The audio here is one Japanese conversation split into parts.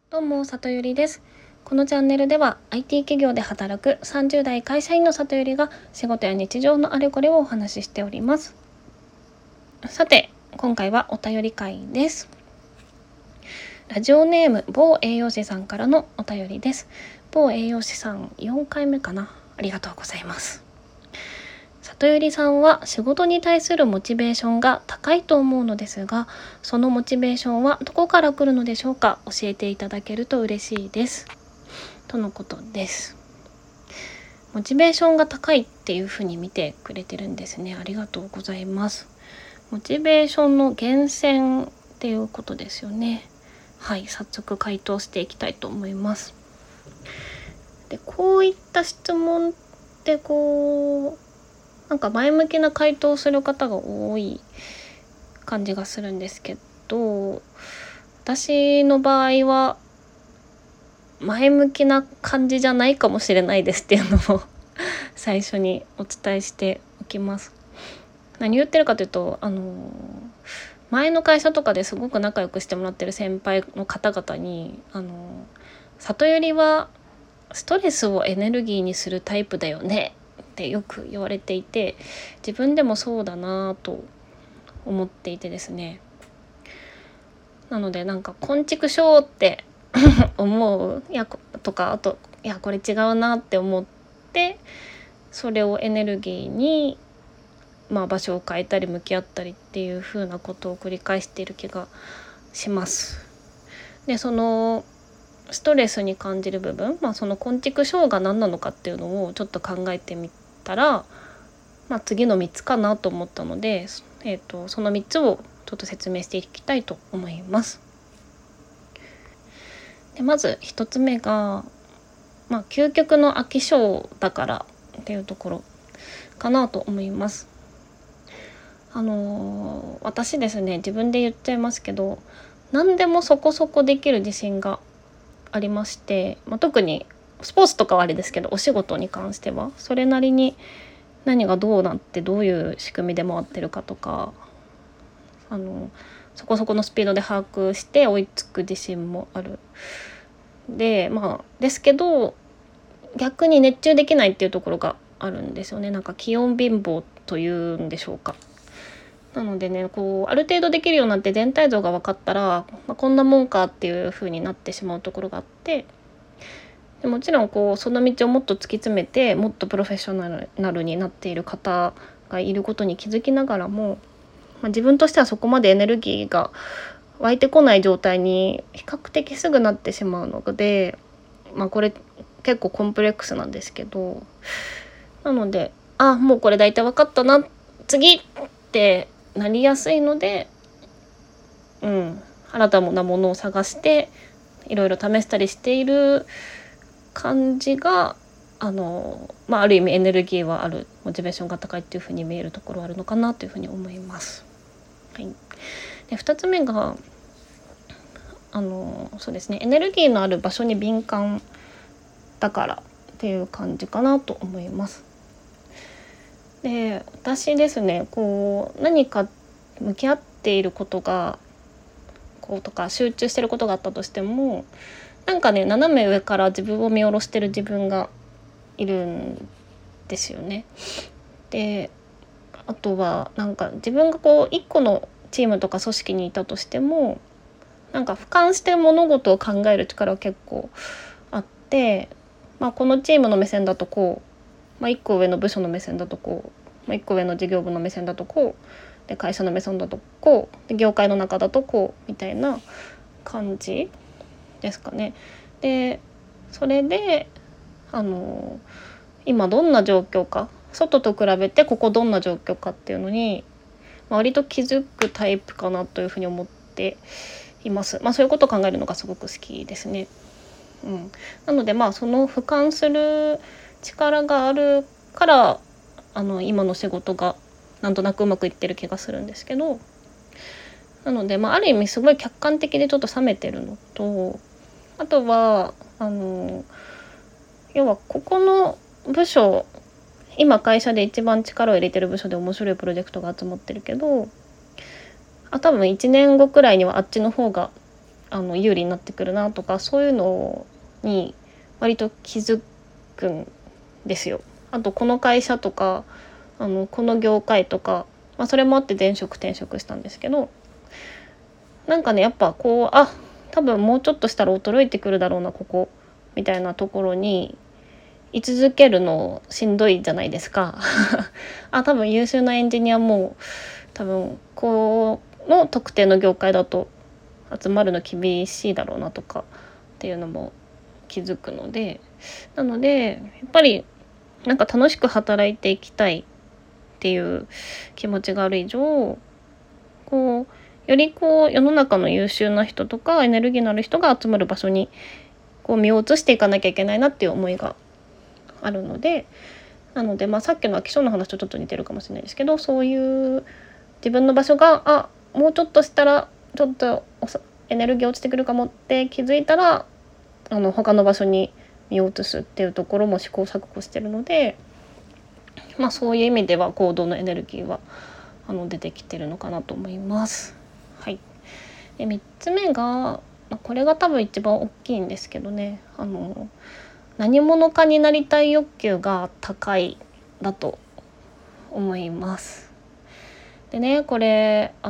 どうも、里ゆりです。このチャンネルでは IT 企業で働く30代会社員の里ゆりが仕事や日常のあれこれをお話ししております。さて、今回はお便り会です。ラジオネーム某栄養士さんからのお便りです。某栄養士さん4回目かな。ありがとうございます。里ゆりさんは仕事に対するモチベーションが高いと思うのですが、そのモチベーションはどこから来るのでしょうか。教えていただけると嬉しいです。とのことです。モチベーションが高いっていう風に見てくれてるんですね。ありがとうございます。モチベーションの源泉っていうことですよね。はい、早速回答していきたいと思います。で、こういった質問ってなんか前向きな回答をする方が多い感じがするんですけど、私の場合は前向きな感じじゃないかもしれないですっていうのを最初にお伝えしておきます。何言ってるかというと、前の会社とかですごく仲良くしてもらってる先輩の方々に里よりはストレスをエネルギーにするタイプだよねってよく言われていて、自分でもそうだなと思っていてですね。なのでなんかこんちくしょうって思うとか、あとこれ違うなって思って、それをエネルギーに場所を変えたり向き合ったりっていう風なことを繰り返している気がします。で、そのストレスに感じる部分、その根畜症が何なのかっていうのをちょっと考えてみたら、次の3つかなと思ったので、その3つをちょっと説明していきたいと思います。で、まず1つ目が、究極の飽き性だからっていうところかなと思います。私ですね、自分で言っちゃいますけど、何でもそこそこできる自信がありまして、特にスポーツとかはあれですけど、お仕事に関してはそれなりに何がどうなってどういう仕組みで回ってるかとか、そこそこのスピードで把握して追いつく自信もある。ですけど、逆に熱中できないっていうところがあるんですよね。なんか気温貧乏というんでしょうか。なのでね、ある程度できるようになって全体像が分かったら、こんなもんかっていう風になってしまうところがあって、でもちろんその道をもっと突き詰めてもっとプロフェッショナルになっている方がいることに気づきながらも、自分としてはそこまでエネルギーが湧いてこない状態に比較的すぐなってしまうので、これ結構コンプレックスなんですけど、なのでもうこれ大体分かったな、次ってなりやすいので、新たなものを探していろいろ試したりしている感じが、ある意味エネルギーはある、モチベーションが高いっていう風に見えるところはあるのかなという風に思います。はい、で2つ目がそうですね、エネルギーのある場所に敏感だからっていう感じかなと思います。で、私ですね、何か向き合っていることがとか集中してることがあったとしても、なんかね、斜め上から自分を見下ろしてる自分がいるんですよね。で、あとはなんか自分が一個のチームとか組織にいたとしても、なんか俯瞰して物事を考える力は結構あって、このチームの目線だと1個上の部署の目線だと1個上の事業部の目線だとで、会社の目線だとで、業界の中だとみたいな感じですかね。で、それで今どんな状況か、外と比べてここどんな状況かっていうのに、割と気づくタイプかなというふうに思っています。そういうことを考えるのがすごく好きですね。なのでその俯瞰する力があるから今の仕事がなんとなくうまくいってる気がするんですけど、なのである意味すごい客観的でちょっと冷めてるのと、あとは要はここの部署、今会社で一番力を入れてる部署で面白いプロジェクトが集まってるけど、多分1年後くらいにはあっちの方が有利になってくるなとか、そういうのに割と気づくんですよ。あとこの会社とかこの業界とか、それもあって前職転職したんですけど、なんかねやっぱこう多分もうちょっとしたら衰えてくるだろうなここみたいなところに居続けるのしんどいじゃないですか多分優秀なエンジニアも多分この特定の業界だと集まるの厳しいだろうなとかっていうのも気づくので、なのでやっぱりなんか楽しく働いていきたいっていう気持ちがある以上、こうよりこう世の中の優秀な人とかエネルギーのある人が集まる場所にこう身を移していかなきゃいけないなっていう思いがあるので、なのでさっきの飽き性の話とちょっと似てるかもしれないですけど、そういう自分の場所がもうちょっとしたらちょっとエネルギー落ちてくるかもって気づいたら他の場所に身を移すっていうところも試行錯誤してるので、そういう意味では行動のエネルギーは出てきてるのかなと思います。はい。で3つ目が、これが多分一番大きいんですけどね、何者かになりたい欲求が高いだと思います。でねこれこ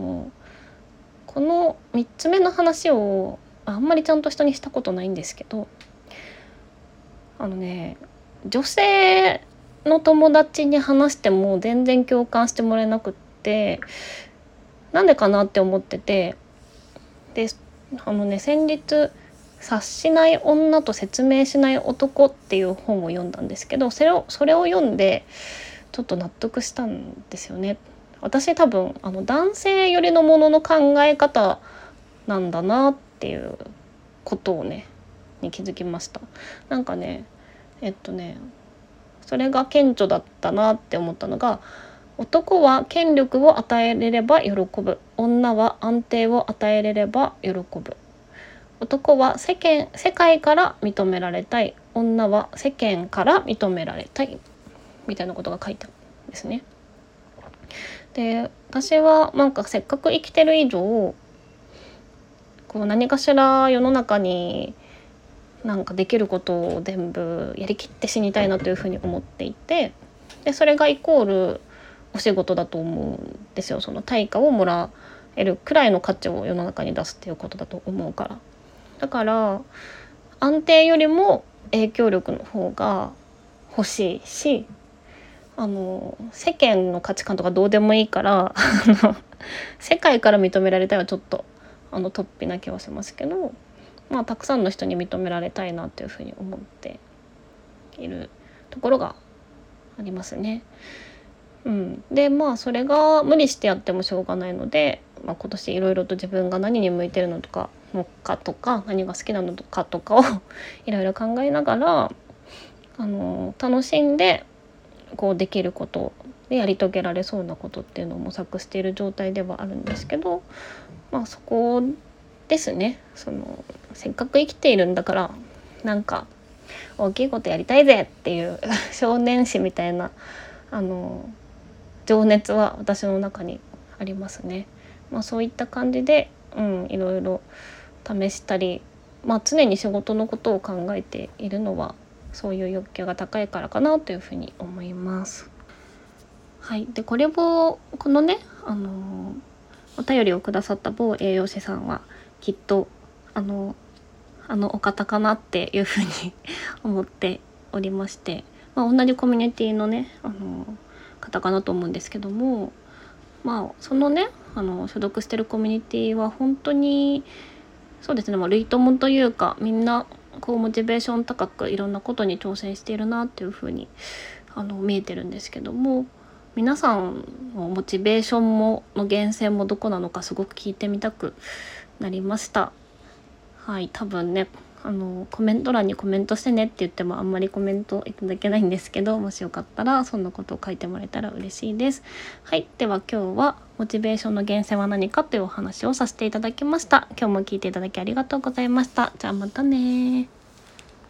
の3つ目の話をあんまりちゃんと人にしたことないんですけど、女性の友達に話しても全然共感してもらえなくって、なんでかなって思ってて、で先日察しない女と説明しない男っていう本を読んだんですけど、それを読んでちょっと納得したんですよね。私多分男性寄りのものの考え方なんだなっていうことをねに気づきました。なんかねそれが顕著だったなって思ったのが、男は権力を与えれれば喜ぶ、女は安定を与えれれば喜ぶ、男は世界から認められたい、女は世間から認められたいみたいなことが書いてあるんですね。で私はせっかく生きてる以上こう何かしら世の中にできることを全部やりきって死にたいなというふうに思っていて、でそれがイコールお仕事だと思うんですよ。その対価をもらえるくらいの価値を世の中に出すっていうことだと思うから。だから安定よりも影響力の方が欲しいし、世間の価値観とかどうでもいいから世界から認められたいはちょっと突飛な気はしますけど、たくさんの人に認められたいなというふうに思っているところがありますね。でそれが無理してやってもしょうがないので、今年いろいろと自分が何に向いてるのかとか何が好きなのかとかをいろいろ考えながら楽しんでこうできることでやり遂げられそうなことっていうのを模索している状態ではあるんですけど、そこですね。せっかく生きているんだから大きいことやりたいぜっていう少年誌みたいな情熱は私の中にありますね。そういった感じで、いろいろ試したり、常に仕事のことを考えているのはそういう欲求が高いからかなというふうに思います。はい。でこのねお便りをくださった某栄養士さんはきっとあのお方かなっていうふうに思っておりまして、同じコミュニティのね方かなと思うんですけども、そのね所属してるコミュニティは本当にそうですね、類友というかみんなこうモチベーション高くいろんなことに挑戦しているなっていうふうに見えてるんですけども、皆さんのモチベーションの源泉もどこなのかすごく聞いてみたくなりました。はい、多分ねコメント欄にコメントしてねって言ってもあんまりコメントいただけないんですけど、もしよかったらそんなことを書いてもらえたら嬉しいです。はい、では今日はモチベーションの源泉は何かというお話をさせていただきました。今日も聞いていただきありがとうございました。じゃあまたね。